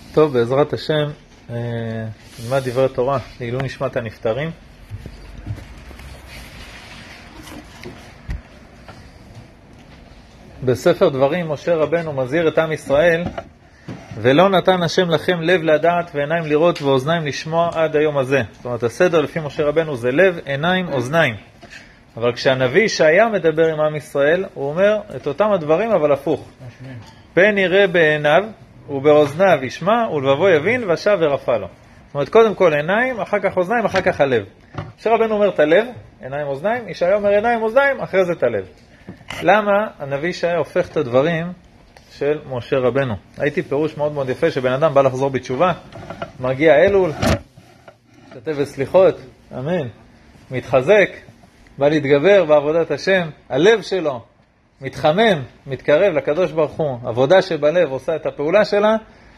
טוב, בעזרת השם, נלמד דברי תורה לעילוי נשמת הנפטרים. בספר דברים משה רבנו מזהיר את עם ישראל, ולא נתן השם לכם לב לדעת ועיניים לראות ואוזניים לשמוע עד היום הזה. זאת אומרת, הסדר לפי משה רבנו זה לב, עיניים, אוזניים. אבל כשהנביא ישעיה מדבר עם עם ישראל, הוא אומר את אותם הדברים אבל הפוך. פן יראה בעיניו ובאוזניו ישמע ולבבו יבין ושב ורפא לו. זאת אומרת, קודם כל עיניים, אחר כך אוזניים, אחר כך הלב. משה רבנו אומר את הלב, עיניים, אוזניים, ישעיה אומר עיניים, אוזניים, אחרי זה את הלב. למה הנביא ישעיה הופך את הדברים של משה רבנו? הייתי פירוש מאוד מאוד יפה שבן אדם בא לחזור בתשובה, מגיע אלול, שתף וסליחות, אמן, מתחזק, בא להתגבר בעבודת השם, הלב שלו מתחמם, מתקרב לקדוש ברוך הוא, עבודה שבלב עושה את הפעולה שלה,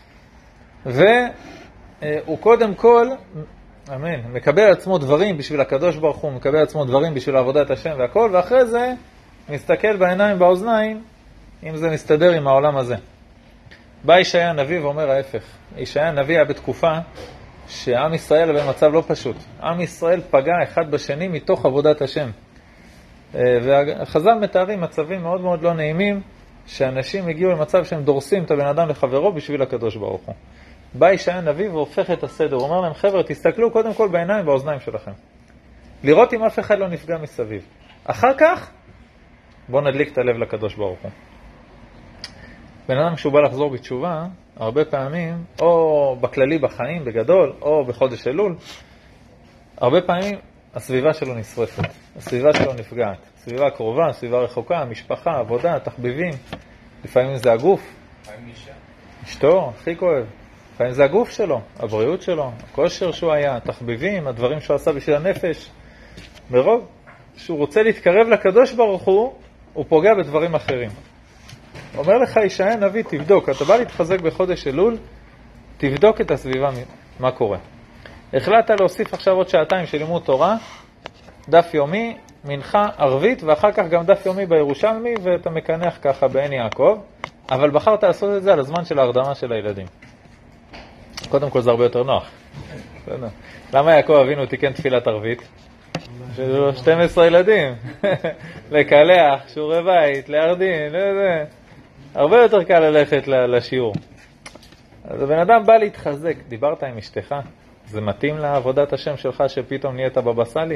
והוא קודם כל, אמן, מקבל עצמו דברים בשביל הקדוש ברוך הוא, מקבל עצמו דברים בשביל עבודת השם והכל, ואחרי זה מסתכל בעיניים, באוזניים, אם זה מסתדר עם העולם הזה. בא ישעיה הנביא ואומר ההפך. ישעיה הנביא היה בתקופה שעם ישראל היה במצב לא פשוט. עם ישראל פגע אחד בשני מתוך עבודת השם. והחז"ל מתארים מצבים מאוד מאוד לא נעימים, שאנשים הגיעו למצב שהם דורסים את הבן אדם לחברו בשביל הקדוש ברוך הוא. בא ישעיה הנביא והופך את הסדר. הוא אומר להם, חבר'ה, תסתכלו קודם כל בעיניים ובאוזניים שלכם. לראות אם אף אחד לא נפגע מסביב. אחר כך, בואו נדליק את הלב לקדוש ברוך הוא. בן אדם כשהוא בא לחזור בתשובה, הרבה פעמים, או בכללי בחיים, בגדול, או בחודש אלול, הרבה פעמים הסביבה שלו נשרפת, הסביבה שלו נפגעת. סביבה קרובה, סביבה רחוקה, המשפחה, עבודה, תחביבים. לפעמים זה הגוף, אשתו, הכי כואב. לפעמים זה הגוף שלו, הבריאות שלו, הכושר שהוא היה, תחביבים, הדברים שהוא עשה בשביל הנפש. ברוב, כשהוא רוצה להתקרב לקדוש ברוך הוא פוגע בדברים אחרים. אומר לך ישעיה הנביא, תבדוק, אתה בא להתחזק בחודש אלול, תבדוק את הסביבה, מה קורה. החלטת להוסיף עכשיו עוד שעתיים של לימוד תורה, דף יומי, מנחה ערבית, ואחר כך גם דף יומי בירושלמי, ואתה מקנח ככה בעין יעקב, אבל בחרת לעשות את זה על הזמן של ההרדמה של הילדים. קודם כל זה הרבה יותר נוח. למה יעקב אבינו תיקן תפילת ערבית? שיש לו 12 ילדים, לקלח, שיעורי בית, להרדין, הרבה יותר קל ללכת לשיעור. אז הבן אדם בא להתחזק. דיברת עם אשתך? זה מתאים לעבודת השם שלך שפתאום נהיית בבא סאלי?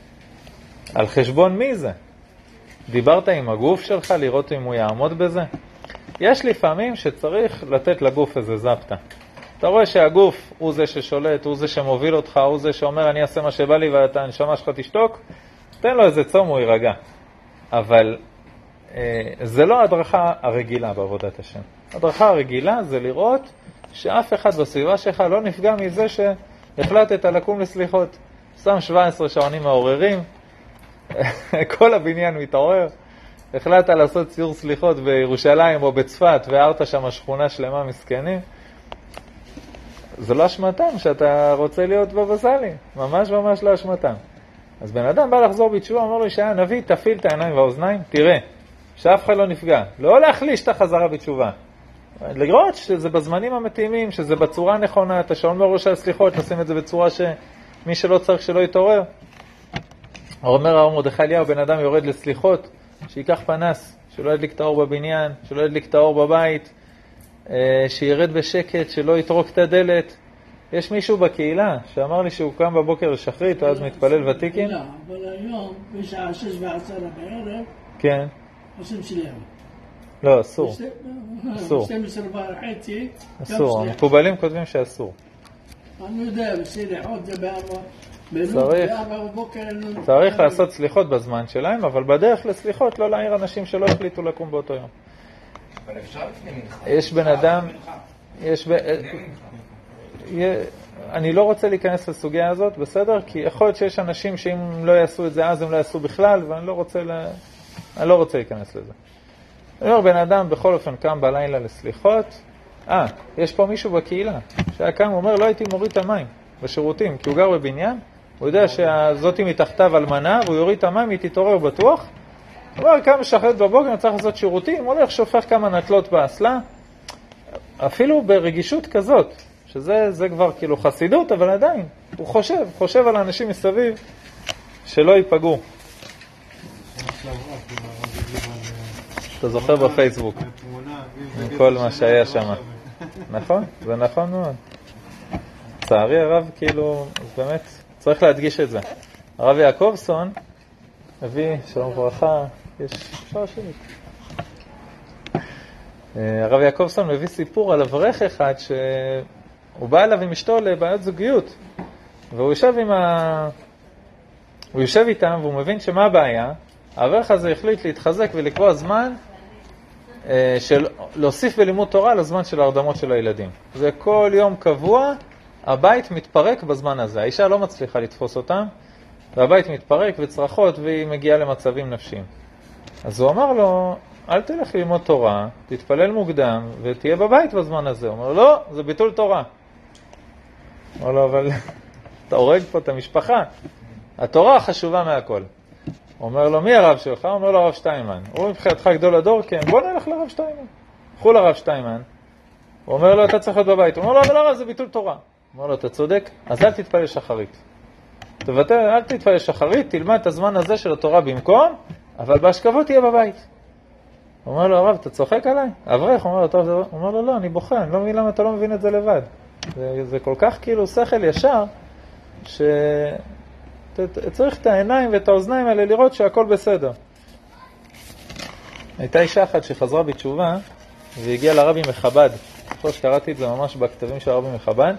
על חשבון מי זה? דיברת עם הגוף שלך לראות אם הוא יעמוד בזה? יש לפעמים שצריך לתת לגוף איזה זפתה. אתה רואה שהגוף הוא זה ששולט, הוא זה שמוביל אותך, הוא זה שאומר אני אעשה מה שבא לי ואתה הנשמה שלך תשתוק, תן לו איזה צום, הוא יירגע. אבל זה לא הדרכה הרגילה בעבודת השם. הדרכה הרגילה זה לראות שאף אחד בסביבה שלך לא נפגע מזה שהחלטת לקום לסליחות. שם 17 שעונים מעוררים, כל הבניין מתעורר, החלטת לעשות ציור סליחות בירושלים או בצפת והערת שם שכונה שלמה מסכנים. זה לא אשמתם שאתה רוצה להיות בבא סאלי, ממש ממש לא אשמתם. אז בן אדם בא לחזור בתשובה, אומר לו ישעיה הנביא, תפעיל את העיניים והאוזניים, תראה, שאף אחד לא נפגע. לא להחליש את החזרה בתשובה. לראות שזה בזמנים המתאימים, שזה בצורה הנכונה, את השעון בראש הסליחות, לשים את זה בצורה שמי שלא צריך שלא יתעורר. אומר הרב מרדכי אליהו, בן אדם יורד לסליחות, שיקח פנס, שלא ידליק את האור בבניין, שלא ידליק את האור בבית, שירד בשקט, שלא יטרוק את הדלת. יש מישהו בקהילה שאמר לי שהוא קם בבוקר לשחרית, אז מתפלל ותיקים. לא, אבל היום, בשעה 6:10 בערב, כן. עושים שליחה. לא, אסור. אסור. 12:30. אסור, המקובלים כותבים שאסור. אני יודע, בסליחות זה צריך לעשות סליחות בזמן שלהם, אבל בדרך לסליחות לא להעיר אנשים שלא החליטו לקום באותו יום. אבל אפשר לפני מנחה. יש בן אדם, אני לא רוצה להיכנס לסוגיה הזאת, בסדר? כי יכול להיות שיש אנשים שאם לא יעשו את זה אז הם לא יעשו בכלל, ואני לא רוצה להיכנס לזה. אני אומר, בן אדם בכל אופן קם בלילה לסליחות, יש פה מישהו בקהילה שהיה קם, הוא אומר, לא הייתי מוריד את המים בשירותים, כי הוא גר בבניין, הוא יודע שזאתי מתחתיו אלמנה, והוא יוריד את המים, היא תתעורר בטוח. הוא אומר, קם משחררת בבוקר, אני צריך לעשות שירותים, הוא הולך שופך כמה נטלות באסלה, אפילו ברגישות כזאת, שזה כבר כאילו חסידות, אבל עדיין, הוא חושב על האנשים מסביב שלא ייפגעו. אתה זוכר בפייסבוק, עם כל מה שהיה שם. נכון? זה נכון מאוד. צערי הרב, כאילו, באמת, צריך להדגיש את זה. הרב יעקובסון הביא, שלום וברכה, יש שעה שלי. הרב יעקובסון מביא סיפור על אברך אחד שהוא בא אליו עם אשתו לבעיות זוגיות. והוא יושב איתם והוא מבין שמה הבעיה. האברך הזה החליט להתחזק ולקבוע זמן של להוסיף בלימוד תורה לזמן של ההרדמות של הילדים. זה כל יום קבוע, הבית מתפרק בזמן הזה. האישה לא מצליחה לתפוס אותם, והבית מתפרק וצרחות והיא מגיעה למצבים נפשיים. אז הוא אמר לו, אל תלך ללמוד תורה, תתפלל מוקדם ותהיה בבית בזמן הזה. הוא אומר, לא, זה ביטול תורה. הוא אומר לו, אבל אתה הורג פה את המשפחה. התורה חשובה מהכל. הוא אומר לו, מי הרב שלך? הוא אומר לו, הרב שטיינמן. הוא מבחינתך גדול הדור, כן, בוא נלך לרב שטיינמן. הלכו לרב שטיינמן. הוא אומר לו, אתה צריך להיות בבית. הוא אומר לו, אבל הרב, זה ביטול תורה. הוא אומר לו, אתה צודק, אז אל תתפלל שחרית. אל תתפלל שחרית, תלמד את הזמן הזה של התורה במקום, אבל בהשכבות תהיה בבית. הוא אומר לו, הרב, אתה צוחק עליי? אברך, הוא אומר לו, לא, אני בוכה, אני לא מבין למה אתה לא מבין את זה לבד. זה כל כך כאילו שכל ישר, צריך את העיניים ואת האוזניים האלה לראות שהכל בסדר. הייתה אישה אחת שחזרה בתשובה, והגיעה לרבי מחב"ד. אני חושב שקראתי את זה ממש בכתבים של הרבי מחב"ד.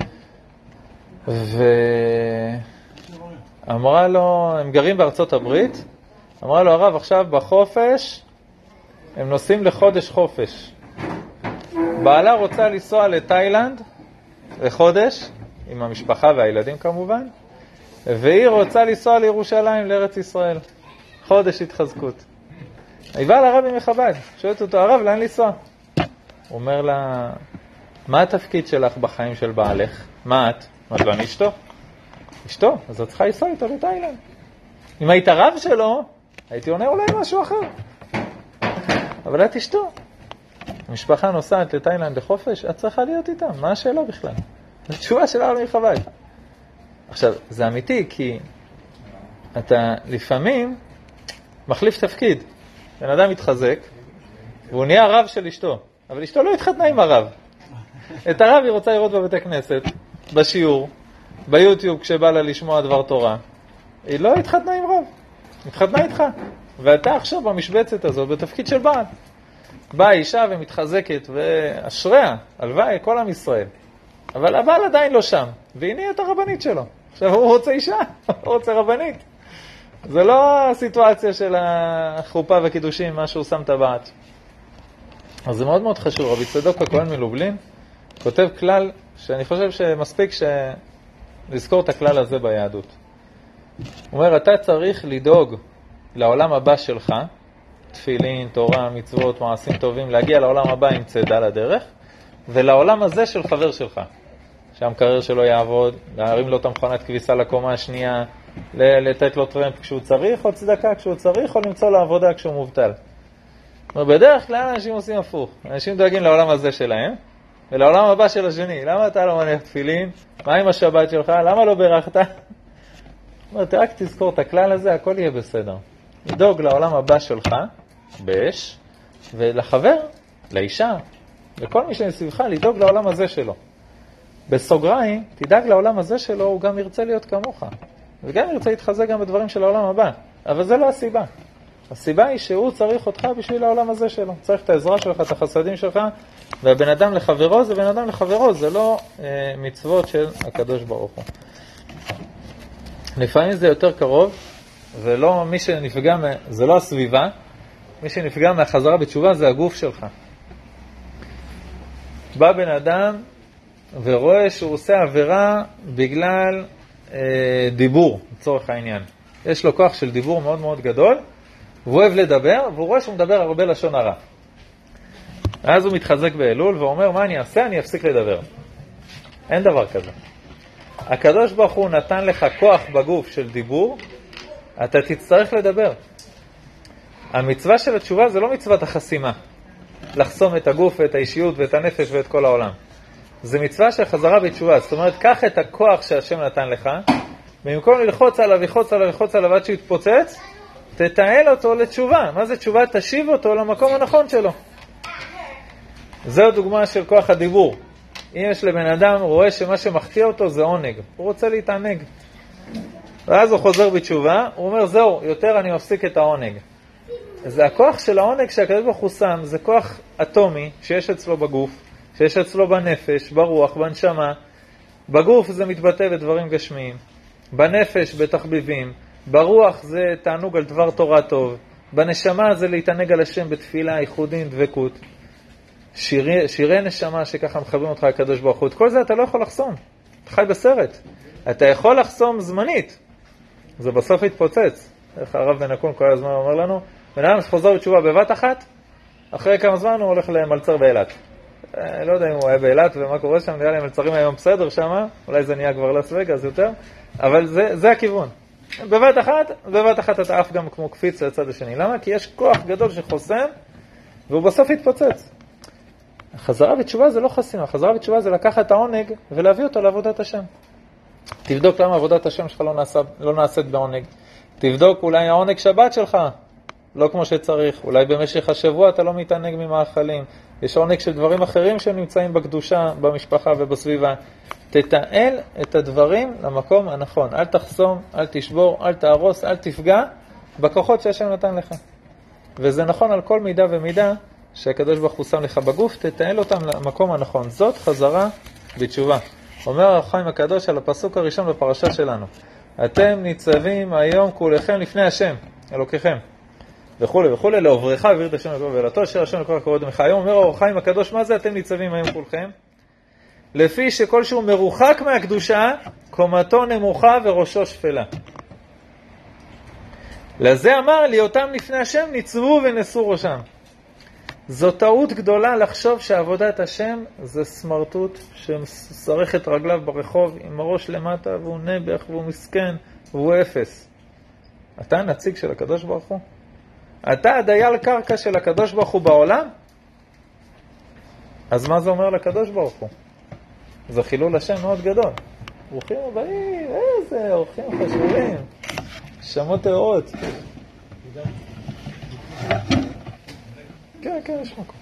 ואמרה לו, הם גרים בארצות הברית, אמרה לו, הרב, עכשיו בחופש, הם נוסעים לחודש חופש. בעלה רוצה לנסוע לתאילנד לחודש, עם המשפחה והילדים כמובן, והיא רוצה לנסוע לירושלים, לארץ ישראל. חודש התחזקות. היא באה לרבי מחב"ד, שואלת אותו, הרב, לאן לנסוע? הוא אומר לה, מה התפקיד שלך בחיים של בעלך? מה את? אמרת לו, אני אשתו. אשתו? אז את צריכה לנסוע איתו לתאילנד. אם היית רב שלו, הייתי עונה אולי משהו אחר. אבל את אשתו. המשפחה נוסעת לתאילנד לחופש, את צריכה להיות איתם. מה השאלה בכלל? זו תשובה של הרבי מחב"ד. עכשיו, זה אמיתי, כי אתה לפעמים מחליף תפקיד. בן אדם מתחזק, והוא נהיה רב של אשתו. אבל אשתו לא התחתנה עם הרב. את הרב היא רוצה לראות בבית הכנסת, בשיעור, ביוטיוב כשבא לה לשמוע דבר תורה. היא לא התחתנה עם רב, התחתנה איתך. ואתה עכשיו במשבצת הזאת, בתפקיד של בעל. באה אישה ומתחזקת, ואשריה, הלוואי, כל עם ישראל. אבל הבעל עדיין לא שם, והיא נהיית הרבנית שלו. עכשיו הוא רוצה אישה, הוא רוצה רבנית. זה לא הסיטואציה של החופה וקידושים, מה שהוא שם טבעת. אז זה מאוד מאוד חשוב. רבי צדוק הכהן מלובלין כותב כלל שאני חושב שמספיק לזכור את הכלל הזה ביהדות. הוא אומר, אתה צריך לדאוג לעולם הבא שלך, תפילין, תורה, מצוות, מעשים טובים, להגיע לעולם הבא עם צדה לדרך, ולעולם הזה של חבר שלך. שהמקרר שלו יעבוד, להרים לו את המכונת כביסה לקומה השנייה, לתת לו טרמפ כשהוא צריך, או צדקה כשהוא צריך, או למצוא לעבודה כשהוא מובטל. בדרך כלל אנשים עושים הפוך. אנשים דואגים לעולם הזה שלהם, ולעולם הבא של השני. למה אתה לא מניח תפילין? מה עם השבת שלך? למה לא ברכת? רק תזכור את הכלל הזה, הכל יהיה בסדר. לדאוג לעולם הבא שלך, באש, ולחבר, לאישה, לכל מי שמסביבך, לדאוג לעולם הזה שלו. בסוגריים, תדאג לעולם הזה שלו, הוא גם ירצה להיות כמוך. וגם ירצה להתחזק גם בדברים של העולם הבא. אבל זה לא הסיבה. הסיבה היא שהוא צריך אותך בשביל העולם הזה שלו. צריך את העזרה שלך, את החסדים שלך, והבן אדם לחברו זה בן אדם לחברו, זה לא מצוות של הקדוש ברוך הוא. לפעמים זה יותר קרוב, ולא מי שנפגע, זה לא הסביבה, מי שנפגע מהחזרה בתשובה זה הגוף שלך. בא בן אדם ורואה שהוא עושה עבירה בגלל דיבור, לצורך העניין. יש לו כוח של דיבור מאוד מאוד גדול, והוא אוהב לדבר, והוא רואה שהוא מדבר הרבה לשון הרע. אז הוא מתחזק באלול ואומר, מה אני אעשה? אני אפסיק לדבר. אין דבר כזה. הקדוש ברוך הוא נתן לך כוח בגוף של דיבור, אתה תצטרך לדבר. המצווה של התשובה זה לא מצוות החסימה. לחסום את הגוף ואת האישיות ואת הנפש ואת כל העולם. זה מצווה של חזרה בתשובה. זאת אומרת, קח את הכוח שהשם נתן לך, במקום ללחוץ עליו עד שיתפוצץ, תתעל אותו לתשובה. מה זה תשובה? תשיב אותו למקום הנכון שלו. זו דוגמה של כוח הדיבור. אם יש לבן אדם, רואה שמה שמחטיא אותו זה עונג. הוא רוצה להתענג. ואז הוא חוזר בתשובה, הוא אומר, זהו, יותר אני מפסיק את העונג. זה הכוח של העונג שהקדוש ברוך הוא שם, זה כוח אטומי שיש אצלו בגוף, שיש אצלו בנפש, ברוח, בנשמה. בגוף זה מתבטא בדברים גשמיים, בנפש בתחביבים, ברוח זה תענוג על דבר תורה טוב, בנשמה זה להתענג על השם בתפילה, ייחודין, דבקות. שירי נשמה שככה מחברים אותך לקדוש ברוך הוא. את כל זה אתה לא יכול לחסום, אתה חי בסרט. אתה יכול לחסום זמנית, זה בסוף יתפוצץ. איך הרב בן עקון כל הזמן אומר לנו, בן אדם שחוזר בתשובה בבת אחת, אחרי כמה זמן הוא הולך למלצר באילת. לא יודע אם הוא היה באילת ומה קורה שם, נראה לי מלצרים היום בסדר שם, אולי זה נהיה כבר לס וגאס יותר, אבל זה הכיוון. בבת אחת אתה עף גם כמו קפיץ לצד השני. למה? כי יש כוח גדול שחוסם, והוא בסוף יתפוצץ. החזרה בתשובה זה לא חסימה, החזרה בתשובה זה לקחת את העונג ולהביא אותו לעבודת השם. תבדוק למה עבודת השם שלך לא נעשית בעונג. תבדוק אולי העונג שבת שלך לא כמו שצריך, אולי במשך השבוע אתה לא מתענג ממאכלים, יש עונג של דברים אחרים שנמצאים בקדושה, במשפחה ובסביבה. תתעל את הדברים למקום הנכון, אל תחסום, אל תשבור, אל תהרוס, אל תפגע בכוחות שהשם נתן לך. וזה נכון על כל מידה ומידה שהקדוש ברוך הוא שם לך בגוף, תתעל אותם למקום הנכון. זאת חזרה בתשובה. אומר הרב חיים הקדוש על הפסוק הראשון בפרשה שלנו, אתם ניצבים היום כולכם לפני השם, אלוקיכם, וכו' וכו', לעוברך וירד השם לקרוא ואלתו, אשר השם לקרוא קרוא דמך. היום אומר הרב חיים הקדוש, מה זה אתם ניצבים היום כולכם? לפי שכל שהוא מרוחק מהקדושה, קומתו נמוכה וראשו שפלה. לזה אמר לי, אותם לפני השם ניצבו ונשאו ראשם. זו טעות גדולה לחשוב שעבודת השם זה סמרטוט ששרך את רגליו ברחוב עם הראש למטה והוא נבח והוא מסכן והוא אפס. אתה נציג של הקדוש ברוך הוא? אתה הדייל קרקע של הקדוש ברוך הוא בעולם? אז מה זה אומר לקדוש ברוך הוא? זה חילול השם מאוד גדול. ברוכים הבאים, איזה אורחים חשובים, שמות טהורות. כן, יש מקום.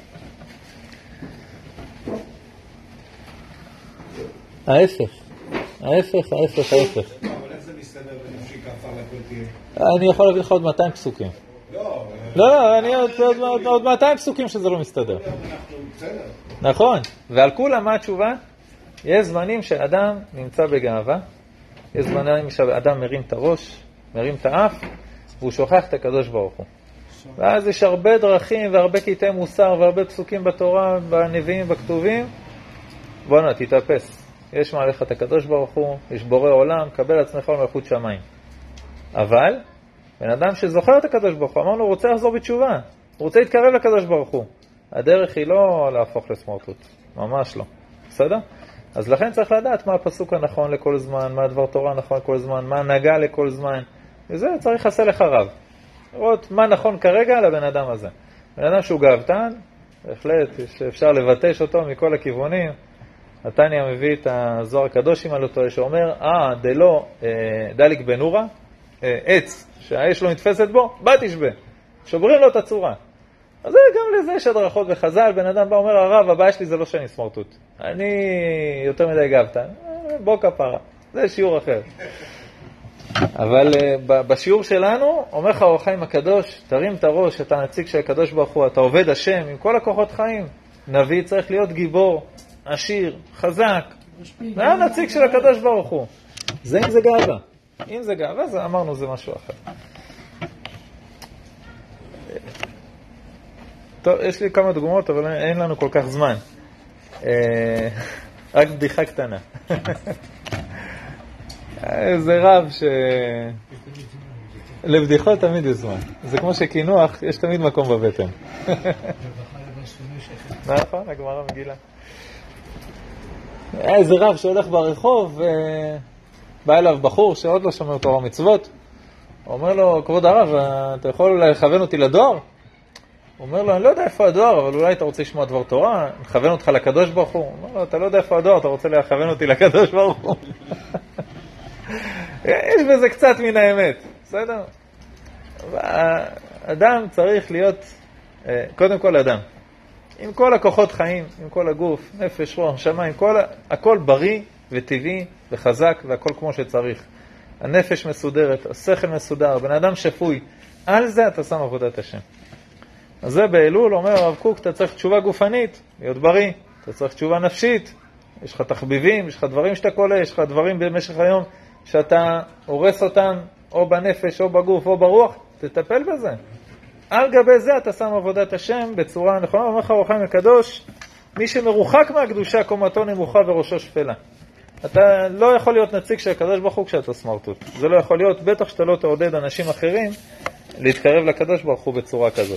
ההפך. אבל איך זה מסתדר בנפשי כפר לכל תהיה? אני יכול להביא לך עוד 200 פסוקים. לא, אני עוד 200 פסוקים שזה לא מסתדר. נכון, ועל כולם מה התשובה? יש זמנים שאדם נמצא בגאווה, יש זמנים שאדם מרים את הראש, מרים את האף, והוא שוכח את הקדוש ברוך הוא. ואז יש הרבה דרכים והרבה קטעי מוסר והרבה פסוקים בתורה, בנביאים, בכתובים. בואו תתאפס. יש מעליך את הקדוש ברוך הוא, יש בורא עולם, קבל עצמך למלכות שמיים. אבל, בן אדם שזוכר את הקדוש ברוך הוא, אמרנו, הוא רוצה לחזור בתשובה. הוא רוצה להתקרב לקדוש ברוך הוא. הדרך היא לא להפוך לסמרטוט. ממש לא. בסדר? אז לכן צריך לדעת מה הפסוק הנכון לכל זמן, מה הדבר תורה הנכון לכל זמן, מה הנהגה לכל זמן. וזה צריך לעשות לך רב. לראות מה נכון כרגע לבן אדם הזה. בן אדם שהוא גאוותן, בהחלט שאפשר לבטש אותו מכל הכיוונים. התניא מביא את הזוהר הקדוש עם עלותו, שאומר, דלא דליק בנורה, עץ שהאש לא נתפסת בו, בה תשבה. שוברים לו את הצורה. אז גם לזה יש הדרכות וחז"ל. בן אדם בא אומר, הרב, הבעיה שלי זה לא שאני סמרטוט. אני יותר מדי גאוותן. בוא כפרה. זה שיעור אחר. אבל בשיעור שלנו, אומר לך אור החיים הקדוש, תרים את הראש, אתה נציג של הקדוש ברוך הוא, אתה עובד השם עם כל הכוחות חיים. נביא צריך להיות גיבור, עשיר, חזק. זה הנציג של הקדוש ברוך הוא. זה אם זה גאווה. אם זה גאווה, זה אמרנו זה משהו אחר. טוב, יש לי כמה דוגמאות, אבל אין לנו כל כך זמן. רק בדיחה קטנה. זה רב לבדיחות תמיד יש זמן. זה כמו שכינוח, יש תמיד מקום בבטן. נכון, הגמרא מגילה. איזה רב שהולך ברחוב, בא אליו בחור שעוד לא שומר תורה ומצוות. הוא אומר לו, כבוד הרב, אתה יכול לכוון אותי לדואר? הוא אומר לו, אני לא יודע איפה הדואר, אבל אולי אתה רוצה לשמוע דבר תורה, נכוון אותך לקדוש ברוך הוא. הוא אומר לו, אתה לא יודע איפה הדואר, אתה רוצה לכוון אותי לקדוש ברוך הוא. יש בזה קצת מן האמת, בסדר? אדם צריך להיות, קודם כל אדם, עם כל הכוחות חיים, עם כל הגוף, נפש, רוח, נשמה, הכל בריא וטבעי וחזק והכל כמו שצריך. הנפש מסודרת, השכל מסודר, בן אדם שפוי, על זה אתה שם עבודת השם. אז זה באלול, אומר הרב קוק, אתה צריך תשובה גופנית, להיות בריא, אתה צריך תשובה נפשית, יש לך תחביבים, יש לך דברים שאתה קולה, יש לך דברים במשך היום שאתה הורס אותם, או בנפש, או בגוף, או ברוח, תטפל בזה. על גבי זה אתה שם עבודת השם בצורה נכונה. אומר לך אור החיים הקדוש, מי שמרוחק מהקדושה קומתו נמוכה וראשו שפלה. אתה לא יכול להיות נציג של הקדוש ברוך הוא כשאתה סמרטוט. זה לא יכול להיות, בטח שאתה לא תעודד אנשים אחרים להתקרב לקדוש ברוך הוא בצורה כזאת.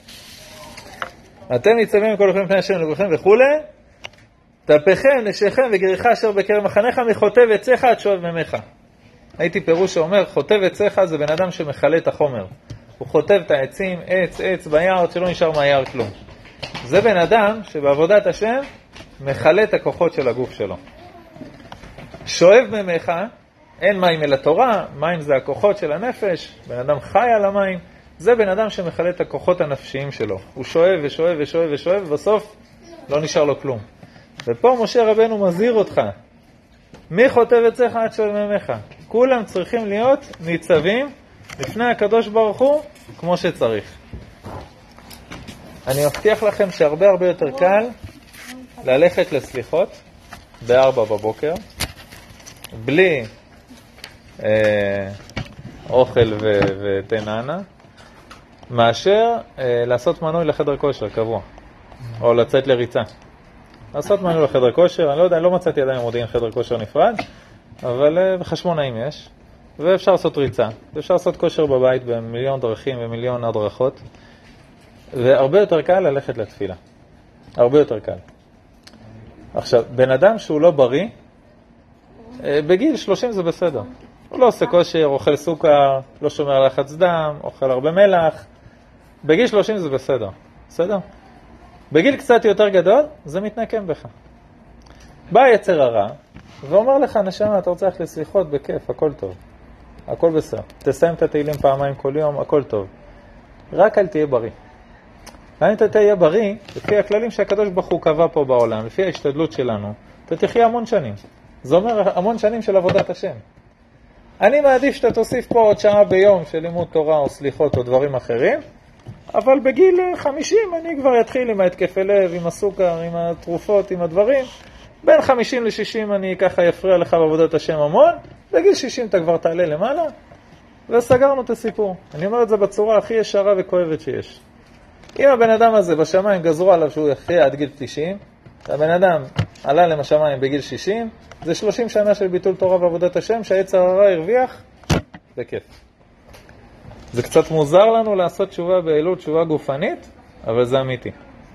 אתם ניצבים מכל לכם פני השם לגורכם וכו', תפיכם, נשיכם וגריך אשר בקרב מחניך מחוטב עציך עד שואב ממך. הייתי פירוש שאומר, חוטב עציך זה בן אדם שמחלה את החומר. הוא חוטב את העצים, עץ ביער, שלא נשאר מהיער כלום. זה בן אדם שבעבודת השם מחלה את הכוחות של הגוף שלו. שואב ממך, אין מים אל התורה, מים זה הכוחות של הנפש, בן אדם חי על המים, זה בן אדם שמחלה את הכוחות הנפשיים שלו. הוא שואב ושואב ושואב ושואב, ובסוף לא נשאר לו כלום. ופה משה רבנו מזהיר אותך, מי חוטב אצלך עד שואב ממך? כולם צריכים להיות ניצבים לפני הקדוש ברוך הוא כמו שצריך. אני מבטיח לכם שהרבה יותר קל ללכת לסליחות ב-4 בבוקר, בלי אוכל ותננה, מאשר לעשות מנוי לחדר כושר קבוע, או לצאת לריצה. לעשות מנוי לחדר כושר, אני לא יודע, אני לא מצאתי עדיין מודיעין חדר כושר נפרד, אבל בחשמונאים יש, ואפשר לעשות ריצה, ואפשר לעשות כושר בבית במיליון דרכים ומיליון הדרכות, והרבה יותר קל ללכת לתפילה. הרבה יותר קל. עכשיו, בן אדם שהוא לא בריא, בגיל 30 זה בסדר. הוא לא עושה כושר, אוכל סוכר, לא שומר על לחץ דם, אוכל הרבה מלח. בגיל 30 זה בסדר. בסדר? בגיל קצת יותר גדול, זה מתנקם בך. בא יצר הרע, ואומר לך, נשמה, אתה רוצה ללכת לסליחות בכיף, הכל טוב. הכל בסדר. תסיים את התהילים פעמיים כל יום, הכל טוב. רק אל תהיה בריא. אם אתה תהיה בריא, לפי הכללים שהקדוש ברוך הוא קבע פה בעולם, לפי ההשתדלות שלנו, אתה תחיה המון שנים. זה אומר המון שנים של עבודת השם. אני מעדיף שאתה תוסיף פה עוד שעה ביום של לימוד תורה או סליחות או דברים אחרים, אבל בגיל 50 אני כבר אתחיל עם ההתקפי לב, עם הסוכר, עם התרופות, עם הדברים. בין 50 ל-60 אני ככה יפריע לך בעבודת השם המון, בגיל 60 אתה כבר תעלה למעלה, וסגרנו את הסיפור. אני אומר את זה בצורה הכי ישרה וכואבת שיש. אם הבן אדם הזה בשמיים גזרו עליו שהוא יחיה עד גיל 90, הבן אדם עלה לשמיים בגיל 60, זה 30 שנה של ביטול תורה ועבודת השם שהיצר הרע הרוויח, זה כיף. זה קצת מוזר לנו לעשות תשובה באלול, תשובה גופנית, אבל זה אמיתי.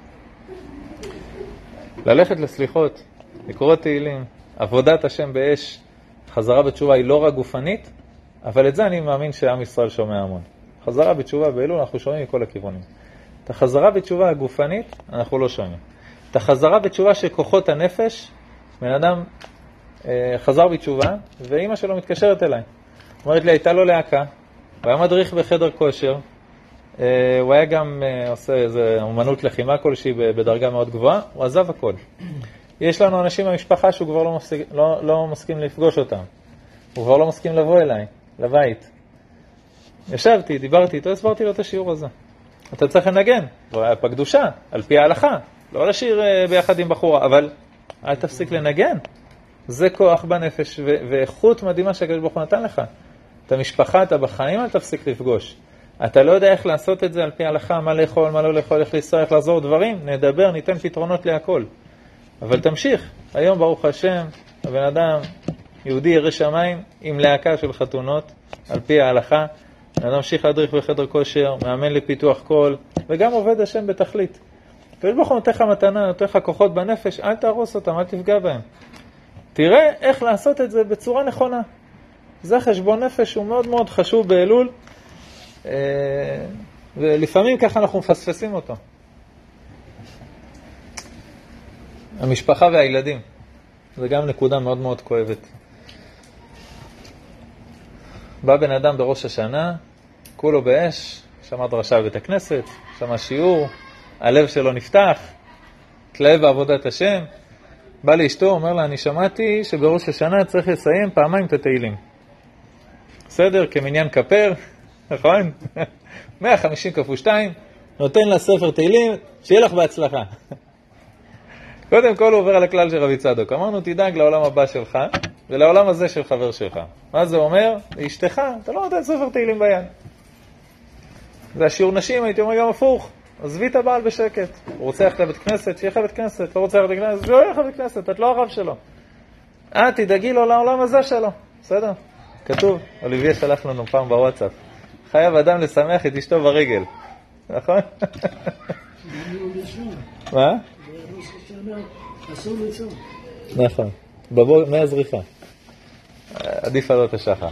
ללכת לסליחות, לקרוא תהילים, עבודת השם באש, חזרה בתשובה היא לא רק גופנית, אבל את זה אני מאמין שעם ישראל שומע המון. חזרה בתשובה באלול אנחנו שומעים מכל הכיוונים. את החזרה בתשובה הגופנית אנחנו לא שומעים. את החזרה בתשובה של כוחות הנפש, בן אדם חזר בתשובה, ואמא שלו מתקשרת אליי. אומרת לי, הייתה לו להקה, הוא היה מדריך בחדר כושר, הוא היה גם עושה איזו אומנות לחימה כלשהי בדרגה מאוד גבוהה, הוא עזב הכל. יש לנו אנשים במשפחה שהוא כבר לא מסכים לפגוש אותם. הוא כבר לא מסכים לבוא אליי, לבית. ישבתי, דיברתי איתו, הסברתי לו את השיעור הזה. אתה צריך לנגן, בקדושה, על פי ההלכה. לא לשיר ביחד עם בחורה, אבל אל תפסיק לנגן. זה כוח בנפש ואיכות מדהימה שהקדוש ברוך הוא נתן לך. את המשפחה, אתה בחיים, אל תפסיק לפגוש. אתה לא יודע איך לעשות את זה על פי ההלכה, מה לאכול, מה לא לאכול, איך לנסוע, איך לעזור דברים, נדבר, ניתן פתרונות להכל. אבל תמשיך. היום ברוך השם, הבן אדם יהודי ירא שמיים עם להקה של חתונות, על פי ההלכה. אדם ממשיך להדריך בחדר כושר, מאמן לפיתוח קול, וגם עובד השם בתכלית. הקדוש ברוך הוא נותן לך מתנה, נותן לך כוחות בנפש, אל תהרוס אותם, אל תפגע בהם. תראה איך לעשות את זה בצורה נכונה. זה חשבון נפש, הוא מאוד מאוד חשוב באלול. ולפעמים ככה אנחנו מפספסים אותו. המשפחה והילדים. זה גם נקודה מאוד מאוד כואבת. בא בן אדם בראש השנה, כולו באש, שמע דרשה בבית הכנסת, שמע שיעור, הלב שלו נפתח, תלהב בעבודת השם. בא לאשתו, אומר לה, אני שמעתי שבראש השנה צריך לסיים פעמיים את התהילים. בסדר? כמניין כפר, נכון? 150 כפול 2, נותן לה ספר תהילים, שיהיה לך בהצלחה. קודם כל הוא עובר על הכלל של רבי צדוק. אמרנו, תדאג לעולם הבא שלך ולעולם הזה של חבר שלך. מה זה אומר? לאשתך, אתה לא נותן ספר תהילים ביד. זה השיעור נשים, הייתי אומר גם הפוך. עזבי את הבעל בשקט. הוא רוצה ללכת לבית כנסת, שיהיה לך בית כנסת. לא רוצה ללכת לבית כנסת, שיהיה לך בית כנסת. את לא הרב שלו. תדאגי לו לעולם הזה שלו. בסדר? כתוב, אוליביה שלח לנו פעם בוואטסאפ. חייב אדם לשמח את אשתו ברגל. נכון? מה? אסור לישון. נכון. מהזריחה. עדיף עלות השחר.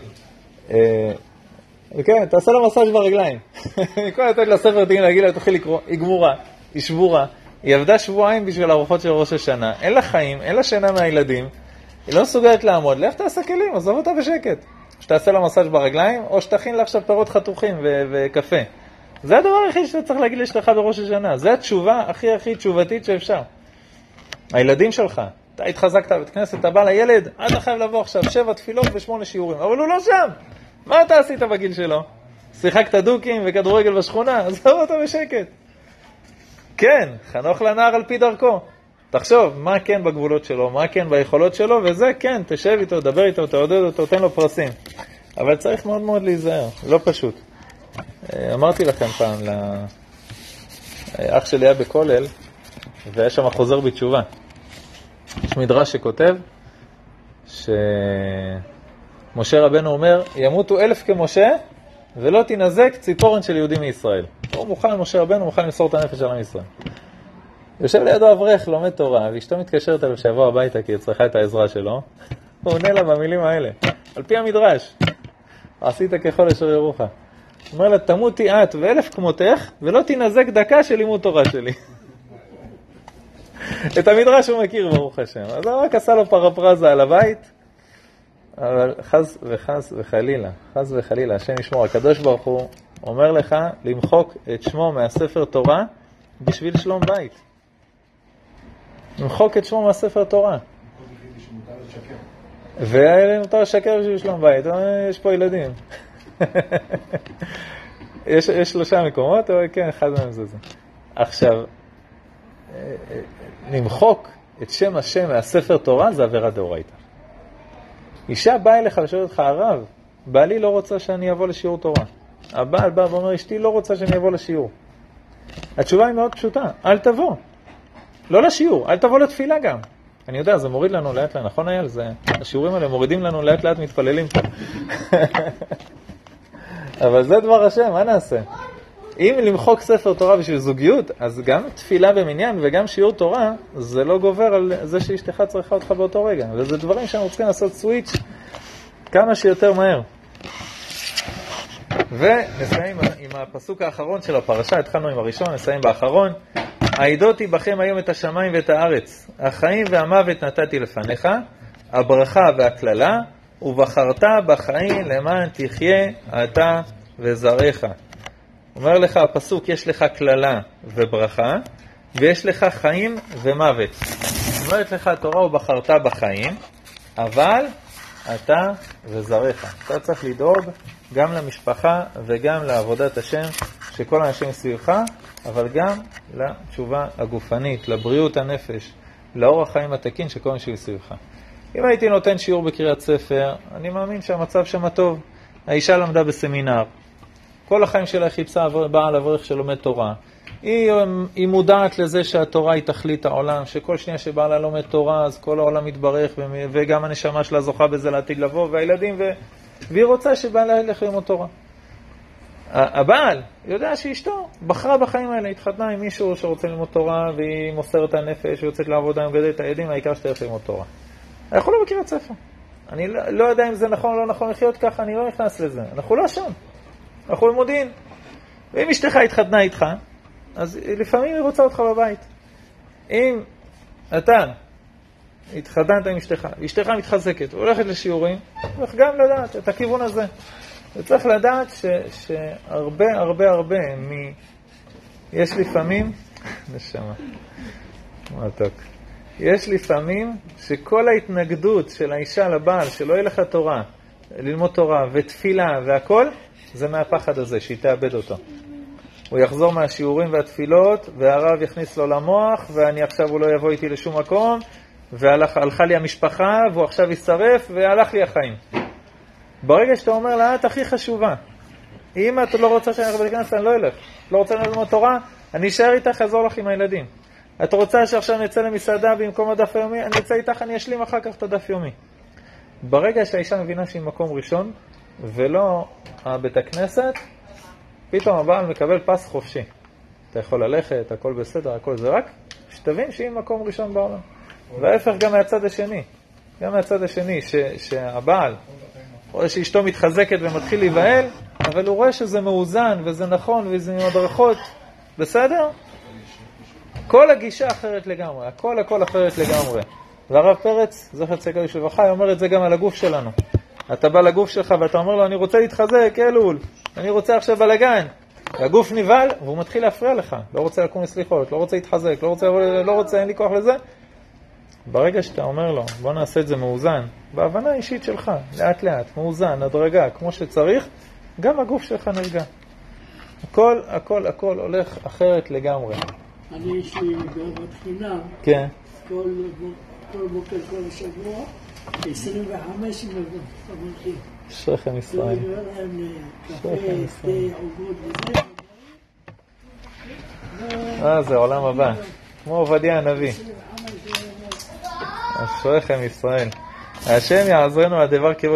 וכן, תעשה לה מסאז' ברגליים. כל לתת לה ספר תהילים, להגיד לה, תוכלי לקרוא, היא גמורה, היא שבורה, היא עבדה שבועיים בשביל ארוחות של ראש השנה, אין לה חיים, אין לה שינה מהילדים, היא לא מסוגלת לעמוד, לך תעשה כלים, עזוב אותה בשקט. שתעשה לה מסאז' ברגליים, או שתכין לה עכשיו פירות חתוכים וקפה. זה הדבר היחיד שאתה צריך להגיד לשלך בראש השנה. זה התשובה הכי תשובתית שאפשר. הילדים שלך, אתה התחזקת בבית כנסת, אתה בא לילד, אתה חייב לבוא עכשיו 7 תפילות ו8 שיעורים, אבל הוא לא שם. מה אתה עשית בגיל שלו? שיחקת דוקים וכדורגל בשכונה, עזוב אותו בשקט. כן, חנוך לנער על פי דרכו. תחשוב, מה כן בגבולות שלו, מה כן ביכולות שלו, וזה כן, תשב איתו, דבר איתו, תעודד אותו, תן לו פרסים. אבל צריך מאוד מאוד להיזהר, לא פשוט. אמרתי לכם פעם, אח שלי היה בכולל, והיה שם חוזר בתשובה. יש מדרש שכותב, שמשה רבנו אומר, ימותו 1000 כמשה, ולא תנזק ציפורן של יהודים מישראל. הוא מוכן, משה רבנו מוכן למסור את הנפש של עם ישראל. יושב לידו אברך, לומד תורה, ואשתו מתקשרת אליו שיבוא הביתה, כי היא צריכה את העזרה שלו. הוא עונה לה במילים האלה, על פי המדרש. עשית ככל אשר יורוך. הוא אומר לה, תמותי את ו1000 כמותך, ולא תנזק דקה של לימוד תורה שלי. את המדרש הוא מכיר, ברוך השם. אז הוא רק עשה לו פרפרזה על הבית, אבל חס וחלילה, השם ישמור, הקדוש ברוך הוא אומר לך למחוק את שמו מהספר תורה בשביל שלום בית. למחוק את שמו מהספר תורה. ומותר לשקר בשביל שלום בית. יש פה ילדים. יש 3 מקומות, אבל כן, אחד מהם זה. עכשיו, למחוק את שם השם מהספר תורה זה עבירה דאורייתא. אישה באה אליך ושואלת אותך, הרב, בעלי לא רוצה שאני אבוא לשיעור תורה. הבעל בא ואומר, אשתי לא רוצה שאני אבוא לשיעור. התשובה היא מאוד פשוטה, אל תבוא. לא לשיעור, אל תבוא לתפילה גם. אני יודע, זה מוריד לנו לאט לאט, נכון היה? השיעורים האלה מורידים לנו לאט לאט מתפללים פה. אבל זה דבר השם, מה נעשה? אם למחוק ספר תורה בשביל זוגיות, אז גם תפילה במניין וגם שיעור תורה, זה לא גובר על זה שאשתך צריכה אותך באותו רגע. וזה דברים שאנחנו צריכים לעשות סוויץ' כמה שיותר מהר. ונסיים עם הפסוק האחרון של הפרשה, התחלנו עם הראשון, נסיים באחרון. העידותי בכם היום את השמיים ואת הארץ, החיים והמוות נתתי לפניך, הברכה והכללה, ובחרת בחיים למען תחיה אתה וזרעך. אומר לך הפסוק, יש לך כללה וברכה, ויש לך חיים ומוות. אומרת לך התורה, ובחרת בחיים, אבל אתה וזרעך. אתה צריך לדאוג גם למשפחה וגם לעבודת השם, שכל האנשים סביבך, אבל גם לתשובה הגופנית, לבריאות הנפש, לאורח החיים התקין שכל מי סביבך. אם הייתי נותן שיעור בקריאת ספר, אני מאמין שהמצב שם טוב. האישה למדה בסמינר, כל החיים שלה חיפשה בעל אברך שלומד תורה. היא מודעת לזה שהתורה היא תכלית העולם, שכל שנייה שבעלה לומד תורה, אז כל העולם מתברך, וגם הנשמה שלה זוכה בזה לעתיד לבוא, והילדים, והיא רוצה שבעלה ילך ללמוד תורה. הבעל יודע שאשתו בחרה בחיים האלה, התחתנה עם מישהו שרוצה ללמוד תורה, והיא מוסרת הנפש, ויוצאת לעבודה, ומגדלת את הילדים, העיקר שתלך ללמוד תורה. אנחנו לא בקריאת ספר. אני לא יודע אם זה נכון או לא נכון לחיות ככה, אני לא נכנס לזה. אנחנו לא שם. אנחנו במודיעין. ואם אשתך התחתנה איתך, אז לפעמים היא רוצה אותך בבית. אם אתה התחתנת עם אשתך, אשתך מתחזקת, הולכת לשיעורים, צריך גם לדעת את הכיוון הזה. וצריך לדעת שהרבה הרבה הרבה יש לפעמים, נשמה, מתוק. יש לפעמים שכל ההתנגדות של האישה לבעל, שלא יהיה לך תורה, ללמוד תורה ותפילה והכל, זה מהפחד הזה, שהיא תאבד אותו. הוא יחזור מהשיעורים והתפילות, והרב יכניס לו למוח, ואני עכשיו הוא לא יבוא איתי לשום מקום, והלכה לי המשפחה, והוא עכשיו ישרף, והלך לי החיים. ברגע שאתה אומר לה, את הכי חשובה. אם את לא רוצה שאני אלך בלכנס, אני לא אלך. לא רוצה ללמוד תורה, אני אשאר איתך, אעזור לך עם הילדים. את רוצה שעכשיו נצא למסעדה במקום הדף היומי, אני אצא איתך, אני אשלים אחר כך את הדף יומי. ברגע שהאישה מבינה שהיא מקום ראשון, ולא בית הכנסת, פתאום הבעל מקבל פס חופשי. אתה יכול ללכת, הכל בסדר, הכל זה רק, שתבין שהיא מקום ראשון בעולם. וההפך גם מהצד השני. גם מהצד השני, שהבעל רואה שאשתו מתחזקת ומתחיל להיבהל, אבל הוא רואה שזה מאוזן וזה נכון וזה מדרכות, בסדר? כל הגישה אחרת לגמרי, הכל אחרת לגמרי. והרב פרץ, זכר צדיק לברכה, אומר את זה גם על הגוף שלנו. אתה בא לגוף שלך ואתה אומר לו, אני רוצה להתחזק, אלול, אני רוצה עכשיו בלגן. והגוף נבהל והוא מתחיל להפריע לך, לא רוצה לקום לסליחות, לא רוצה להתחזק, לא רוצה, אין לי כוח לזה. ברגע שאתה אומר לו, בוא נעשה את זה מאוזן, בהבנה האישית שלך, לאט לאט, מאוזן, הדרגה, כמו שצריך, גם הגוף שלך נרגע. הכל הולך אחרת לגמרי. אני יש לי באהבת חינם, כן. כל בוקר, כל שבוע, 25 מבוכים. אשריכם ישראל. לא יהיה להם קפה, תה, עוגות וזה. זה עולם הבא. כמו עובדיה הנביא. אשריכם ישראל. השם יעזרנו לדבר כבוד.